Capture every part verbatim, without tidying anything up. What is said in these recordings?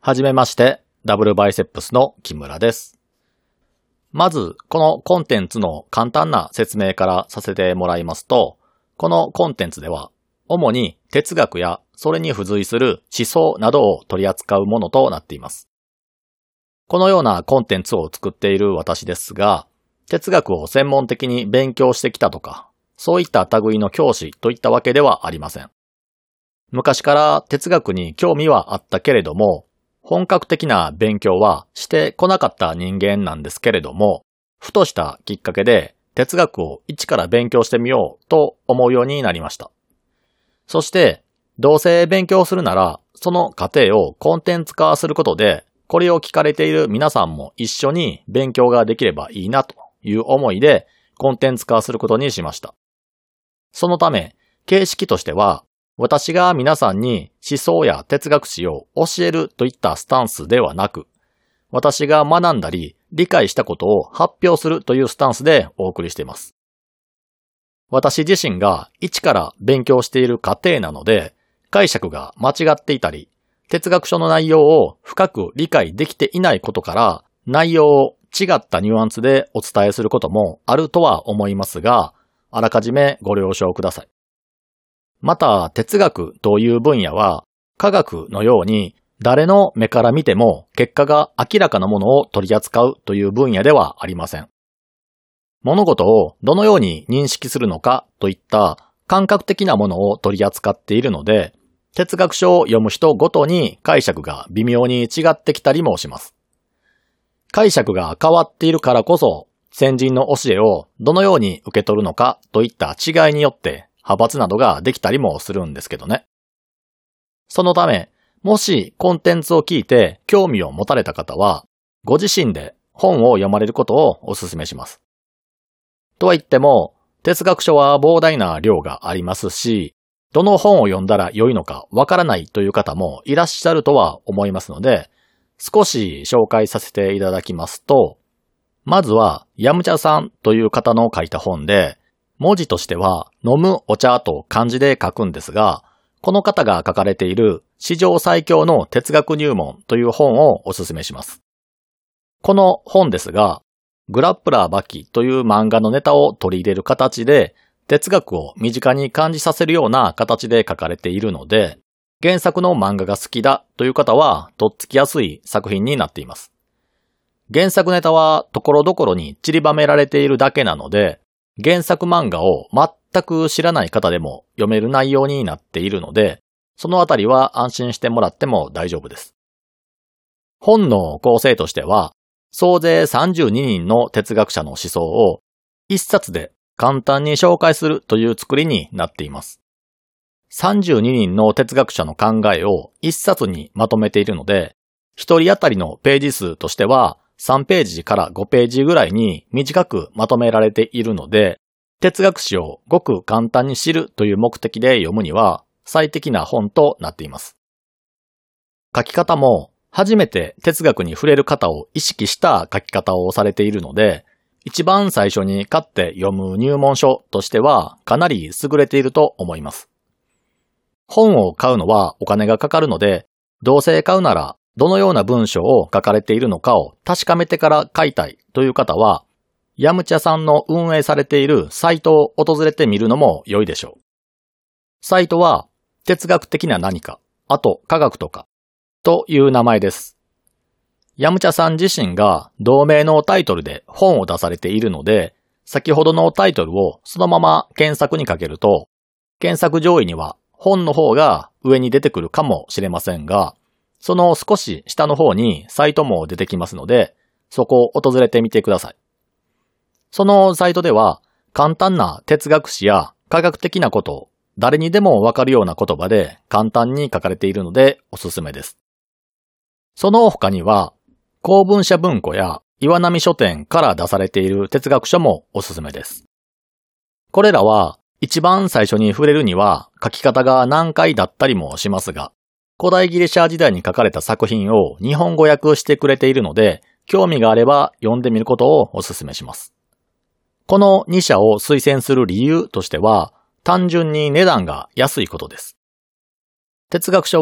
はじめまして、ダブルバイセップスの木村です。まず、このコンテンツの簡単な説明からさせてもらいますと、このコンテンツでは、主に哲学やそれに付随する思想などを取り扱うものとなっています。このようなコンテンツを作っている私ですが、哲学を専門的に勉強してきたとか、そういった類の教師といったわけではありません。昔から哲学に興味はあったけれども、本格的な勉強はしてこなかった人間なんですけれども、ふとしたきっかけで哲学を一から勉強してみようと思うようになりました。そして、どうせ勉強するなら、その過程をコンテンツ化することで、これを聞かれている皆さんも一緒に勉強ができればいいなという思いでコンテンツ化することにしました。そのため、形式としては、私が皆さんに思想や哲学史を教えるといったスタンスではなく、私が学んだり理解したことを発表するというスタンスでお送りしています。私自身が一から勉強している過程なので、解釈が間違っていたり、哲学書の内容を深く理解できていないことから、内容を違ったニュアンスでお伝えすることもあるとは思いますが、あらかじめご了承ください。また、哲学という分野は、科学のように誰の目から見ても結果が明らかなものを取り扱うという分野ではありません。物事をどのように認識するのかといった感覚的なものを取り扱っているので、哲学書を読む人ごとに解釈が微妙に違ってきたりもします。解釈が変わっているからこそ、先人の教えをどのように受け取るのかといった違いによって派閥などができたりもするんですけどね。そのため、もしコンテンツを聞いて興味を持たれた方は、ご自身で本を読まれることをお勧めします。とは言っても、哲学書は膨大な量がありますし、どの本を読んだら良いのかわからないという方もいらっしゃるとは思いますので、少し紹介させていただきますと、まずはヤムチャさんという方の書いた本で、文字としては飲むお茶と漢字で書くんですが、この方が書かれている史上最強の哲学入門という本をお勧めします。この本ですが、グラップラーバキという漫画のネタを取り入れる形で、哲学を身近に感じさせるような形で書かれているので、原作の漫画が好きだという方はとっつきやすい作品になっています。原作ネタはところどころに散りばめられているだけなので、原作漫画を全く知らない方でも読める内容になっているので、そのあたりは安心してもらっても大丈夫です。本の構成としては、総勢さんじゅうににんの哲学者の思想を一冊で簡単に紹介するという作りになっています。さんじゅうににんの哲学者の考えを一冊にまとめているので、一人当たりのページ数としてはさんページからごページぐらいに短くまとめられているので、哲学史をごく簡単に知るという目的で読むには最適な本となっています。書き方も初めて哲学に触れる方を意識した書き方をされているので、一番最初に買って読む入門書としてはかなり優れていると思います。本を買うのはお金がかかるので、どうせ買うならどのような文章を書かれているのかを確かめてから買いたいという方は、ヤムチャさんの運営されているサイトを訪れてみるのも良いでしょう。サイトは哲学的な何か、あと科学とかという名前です。ヤムチャさん自身が同名のタイトルで本を出されているので、先ほどのタイトルをそのまま検索にかけると、検索上位には本の方が上に出てくるかもしれませんが、その少し下の方にサイトも出てきますので、そこを訪れてみてください。そのサイトでは簡単な哲学史や科学的なことを誰にでもわかるような言葉で簡単に書かれているのでおすすめです。その他には公文社文庫や岩波書店から出されている哲学書もおすすめです。これらは一番最初に触れるには書き方が難解だったりもしますが、古代ギリシャ時代に書かれた作品を日本語訳してくれているので、興味があれば読んでみることをお勧めします。このに社を推薦する理由としては、単純に値段が安いことです。哲学書は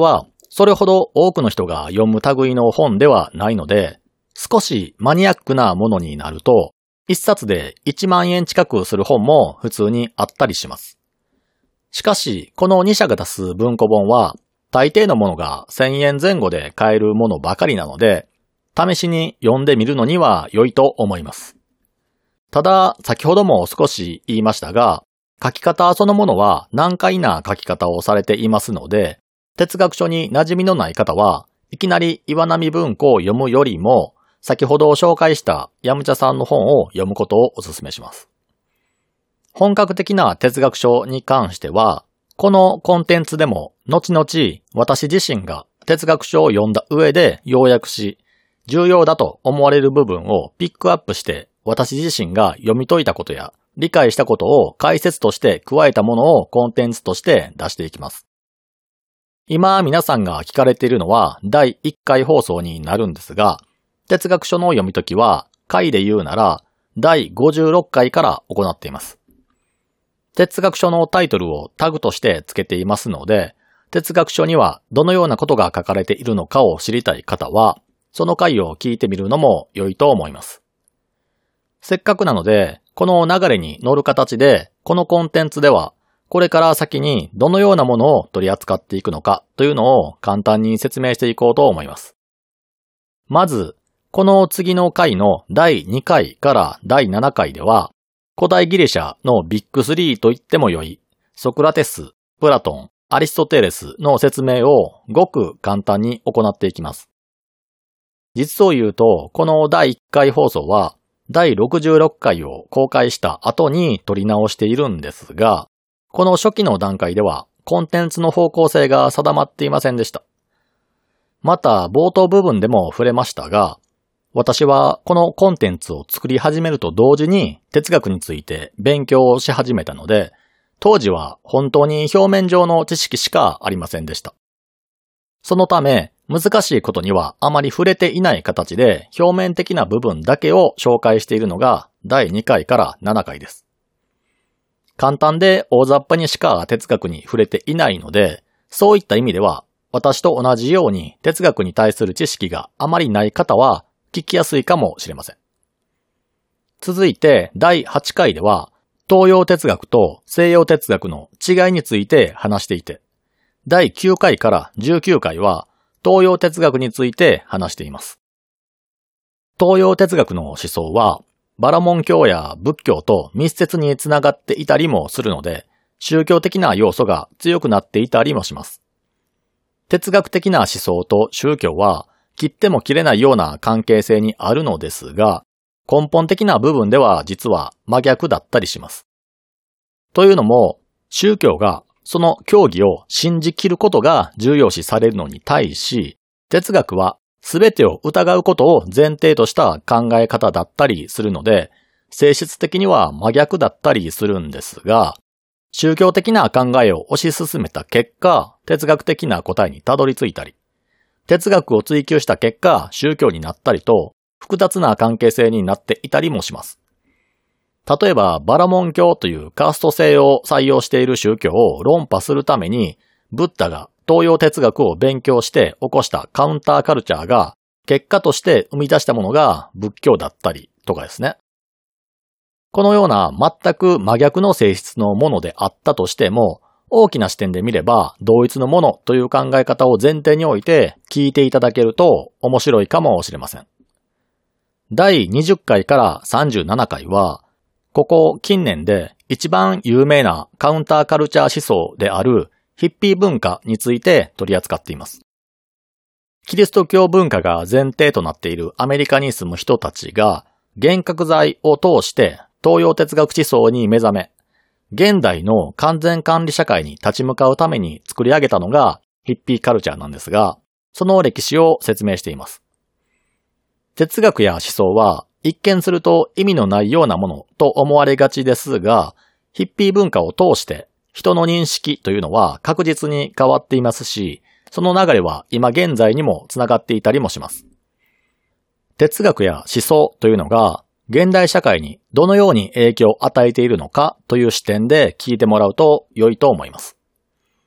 それほど多くの人が読む類の本ではないので、少しマニアックなものになると、一冊でいちまんえん近くする本も普通にあったりします。しかし、このに社が出す文庫本は、大抵のものがせんえんぜん後で買えるものばかりなので、試しに読んでみるのには良いと思います。ただ、先ほども少し言いましたが、書き方そのものは難解な書き方をされていますので、哲学書に馴染みのない方は、いきなり岩波文庫を読むよりも、先ほど紹介したヤムチャさんの本を読むことをお勧めします。本格的な哲学書に関しては、このコンテンツでも後々私自身が哲学書を読んだ上で要約し、重要だと思われる部分をピックアップして私自身が読み解いたことや理解したことを解説として加えたものをコンテンツとして出していきます。今皆さんが聞かれているのはだいいっかい放送になるんですが、哲学書の読み解きは回で言うならだいごじゅうろっかいから行っています。哲学書のタイトルをタグとして付けていますので、哲学書にはどのようなことが書かれているのかを知りたい方は、その回を聞いてみるのも良いと思います。せっかくなので、この流れに乗る形で、このコンテンツでは、これから先にどのようなものを取り扱っていくのかというのを簡単に説明していこうと思います。まず、この次の回のだいにかいからだいななかいでは、古代ギリシャのビッグスリーと言っても良い、ソクラテス、プラトン、アリストテレスの説明をごく簡単に行っていきます。実を言うと、このだいいっかい放送は、だいろくじゅうろっかいを公開した後に撮り直しているんですが、この初期の段階では、コンテンツの方向性が定まっていませんでした。また、冒頭部分でも触れましたが、私はこのコンテンツを作り始めると同時に哲学について勉強をし始めたので、当時は本当に表面上の知識しかありませんでした。そのため、難しいことにはあまり触れていない形で表面的な部分だけを紹介しているのがだいにかいからななかいです。簡単で大雑把にしか哲学に触れていないので、そういった意味では私と同じように哲学に対する知識があまりない方は聞きやすいかもしれません。続いてだいはちかいでは東洋哲学と西洋哲学の違いについて話していて、だいきゅうかいからじゅうきゅうかいは東洋哲学について話しています。東洋哲学の思想はバラモン教や仏教と密接につながっていたりもするので、宗教的な要素が強くなっていたりもします。哲学的な思想と宗教は切っても切れないような関係性にあるのですが、根本的な部分では実は真逆だったりします。というのも、宗教がその教義を信じきることが重要視されるのに対し、哲学は全てを疑うことを前提とした考え方だったりするので、性質的には真逆だったりするんですが、宗教的な考えを推し進めた結果、哲学的な答えにたどり着いたり、哲学を追求した結果、宗教になったりと、複雑な関係性になっていたりもします。例えば、バラモン教というカースト制を採用している宗教を論破するために、ブッダが東洋哲学を勉強して起こしたカウンターカルチャーが、結果として生み出したものが仏教だったりとかですね。このような全く真逆の性質のものであったとしても、大きな視点で見れば同一のものという考え方を前提において聞いていただけると面白いかもしれません。だいにじゅっかいからさんじゅうななかいは、ここ近年で一番有名なカウンターカルチャー思想であるヒッピー文化について取り扱っています。キリスト教文化が前提となっているアメリカに住む人たちが幻覚剤を通して東洋哲学思想に目覚め、現代の完全管理社会に立ち向かうために作り上げたのがヒッピーカルチャーなんですが、その歴史を説明しています。哲学や思想は一見すると意味のないようなものと思われがちですが、ヒッピー文化を通して人の認識というのは確実に変わっていますし、その流れは今現在にもつながっていたりもします。哲学や思想というのが現代社会にどのように影響を与えているのかという視点で聞いてもらうと良いと思います。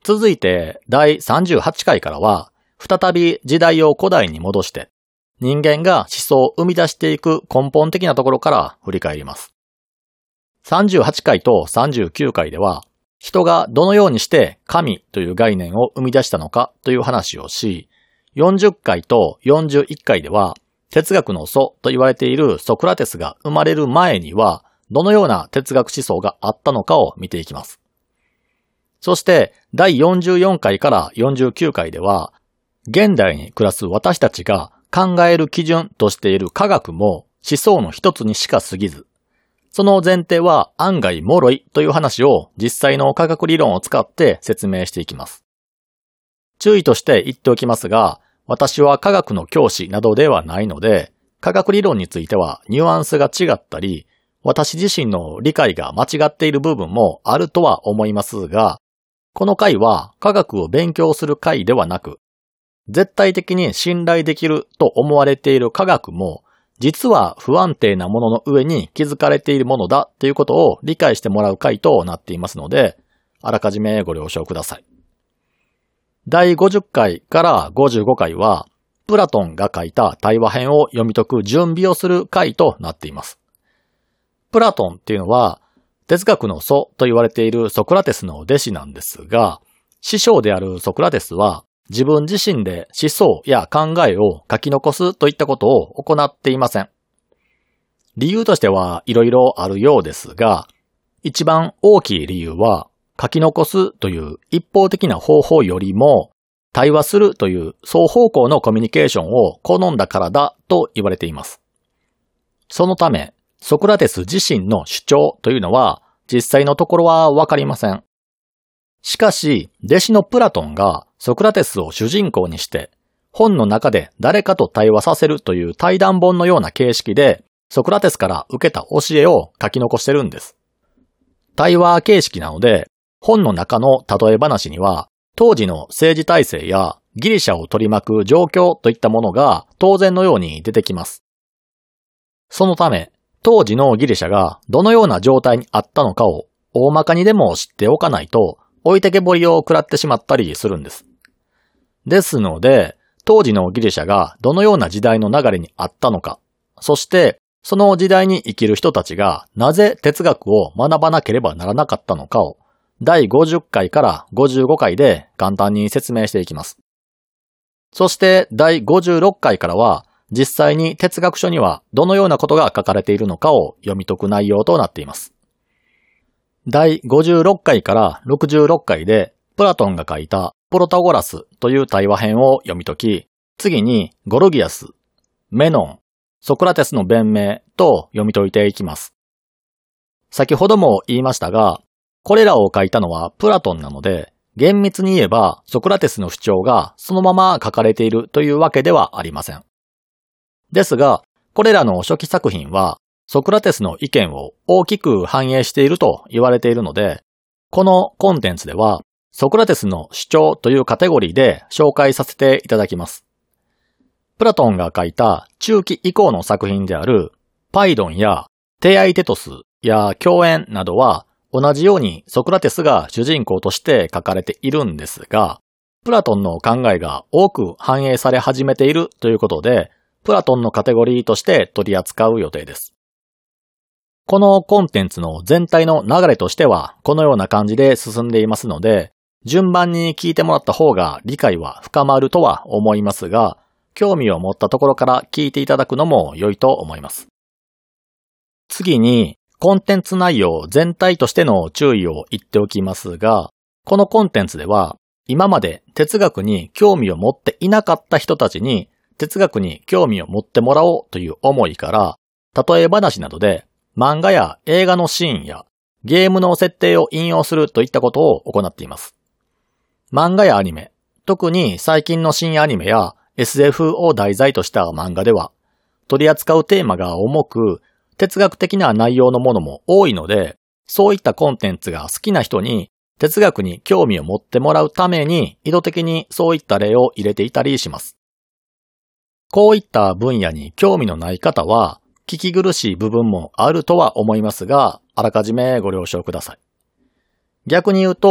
続いてだいさんじゅうはちかいからは、再び時代を古代に戻して、人間が思想を生み出していく根本的なところから振り返ります。さんじゅうはちかいとさんじゅうきゅうかいでは、人がどのようにして神という概念を生み出したのかという話をし、よんじゅっかいとよんじゅういっかいでは、哲学の祖と言われているソクラテスが生まれる前には、どのような哲学思想があったのかを見ていきます。そしてだいよんじゅうよんかいからよんじゅうきゅうかいでは、現代に暮らす私たちが考える基準としている科学も思想の一つにしか過ぎず、その前提は案外脆いという話を実際の科学理論を使って説明していきます。注意として言っておきますが、私は科学の教師などではないので、科学理論についてはニュアンスが違ったり、私自身の理解が間違っている部分もあるとは思いますが、この回は科学を勉強する回ではなく、絶対的に信頼できると思われている科学も、実は不安定なものの上に築かれているものだということを理解してもらう回となっていますので、あらかじめご了承ください。だいごじゅっかいからごじゅうごかいは、プラトンが書いた対話編を読み解く準備をする回となっています。プラトンっていうのは、哲学の祖と言われているソクラテスの弟子なんですが、師匠であるソクラテスは、自分自身で思想や考えを書き残すといったことを行っていません。理由としてはいろいろあるようですが、一番大きい理由は、書き残すという一方的な方法よりも、対話するという双方向のコミュニケーションを好んだからだと言われています。そのため、ソクラテス自身の主張というのは実際のところはわかりません。しかし、弟子のプラトンがソクラテスを主人公にして本の中で誰かと対話させるという対談本のような形式でソクラテスから受けた教えを書き残してるんです。対話形式なので本の中の例え話には当時の政治体制やギリシャを取り巻く状況といったものが当然のように出てきます。そのため、当時のギリシャがどのような状態にあったのかを大まかにでも知っておかないと置いてけぼりを食らってしまったりするんです。ですので、当時のギリシャがどのような時代の流れにあったのか、そしてその時代に生きる人たちがなぜ哲学を学ばなければならなかったのかをだいごじゅっかいからごじゅうごかいで簡単に説明していきます。そしてだいごじゅうろっかいからは実際に哲学書にはどのようなことが書かれているのかを読み解く内容となっています。だいごじゅうろっかいからろくじゅうろっかいでプラトンが書いたプロタゴラスという対話編を読み解き、次にゴルギアス、メノン、ソクラテスの弁明と読み解いていきます。先ほども言いましたが、これらを書いたのはプラトンなので、厳密に言えばソクラテスの主張がそのまま書かれているというわけではありません。ですが、これらの初期作品はソクラテスの意見を大きく反映していると言われているので、このコンテンツではソクラテスの主張というカテゴリーで紹介させていただきます。プラトンが書いた中期以降の作品であるパイドンやテアイテトスや教演などは同じようにソクラテスが主人公として書かれているんですが、プラトンの考えが多く反映され始めているということで、プラトンのカテゴリーとして取り扱う予定です。このコンテンツの全体の流れとしてはこのような感じで進んでいますので、順番に聞いてもらった方が理解は深まるとは思いますが、興味を持ったところから聞いていただくのも良いと思います。次に、コンテンツ内容全体としての注意を言っておきますが、このコンテンツでは今まで哲学に興味を持っていなかった人たちに哲学に興味を持ってもらおうという思いから、例え話などで漫画や映画のシーンやゲームの設定を引用するといったことを行っています。漫画やアニメ、特に最近の新アニメや エスエフ を題材とした漫画では、取り扱うテーマが重く、哲学的な内容のものも多いので、そういったコンテンツが好きな人に哲学に興味を持ってもらうために意図的にそういった例を入れていたりします。こういった分野に興味のない方は聞き苦しい部分もあるとは思いますが、あらかじめご了承ください。逆に言うと、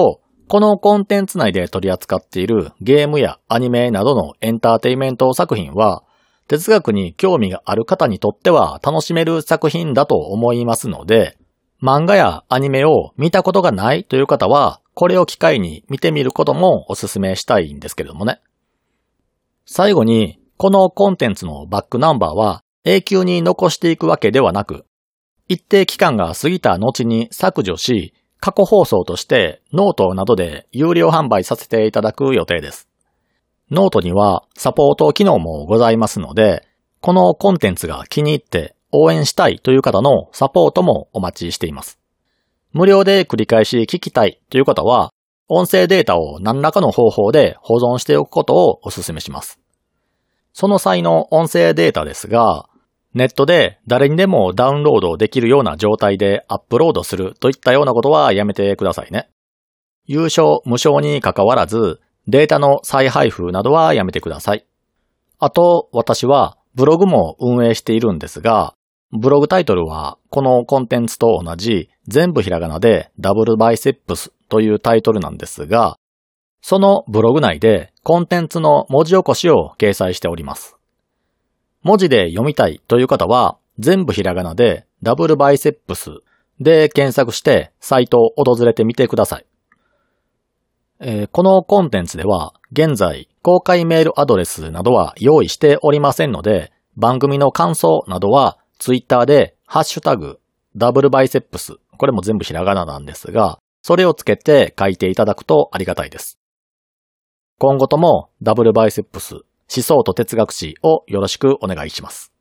このコンテンツ内で取り扱っているゲームやアニメなどのエンターテイメント作品は、哲学に興味がある方にとっては楽しめる作品だと思いますので、漫画やアニメを見たことがないという方は、これを機会に見てみることもお勧めしたいんですけれどもね。最後に、このコンテンツのバックナンバーは永久に残していくわけではなく、一定期間が過ぎた後に削除し、過去放送としてノートなどで有料販売させていただく予定です。ノートにはサポート機能もございますので、このコンテンツが気に入って応援したいという方のサポートもお待ちしています。無料で繰り返し聞きたいという方は、音声データを何らかの方法で保存しておくことをお勧めします。その際の音声データですが、ネットで誰にでもダウンロードできるような状態でアップロードするといったようなことはやめてくださいね。有償無償に関わらず、データの再配布などはやめてください。あと、私はブログも運営しているんですが、ブログタイトルはこのコンテンツと同じ全部ひらがなでダブルバイセップスというタイトルなんですが、そのブログ内でコンテンツの文字起こしを掲載しております。文字で読みたいという方は全部ひらがなでダブルバイセップスで検索してサイトを訪れてみてください。えー、このコンテンツでは現在公開メールアドレスなどは用意しておりませんので、番組の感想などはツイッターでハッシュタグダブルバイセップス、これも全部ひらがななんですが、それをつけて書いていただくとありがたいです。今後ともダブルバイセップス思想と哲学史をよろしくお願いします。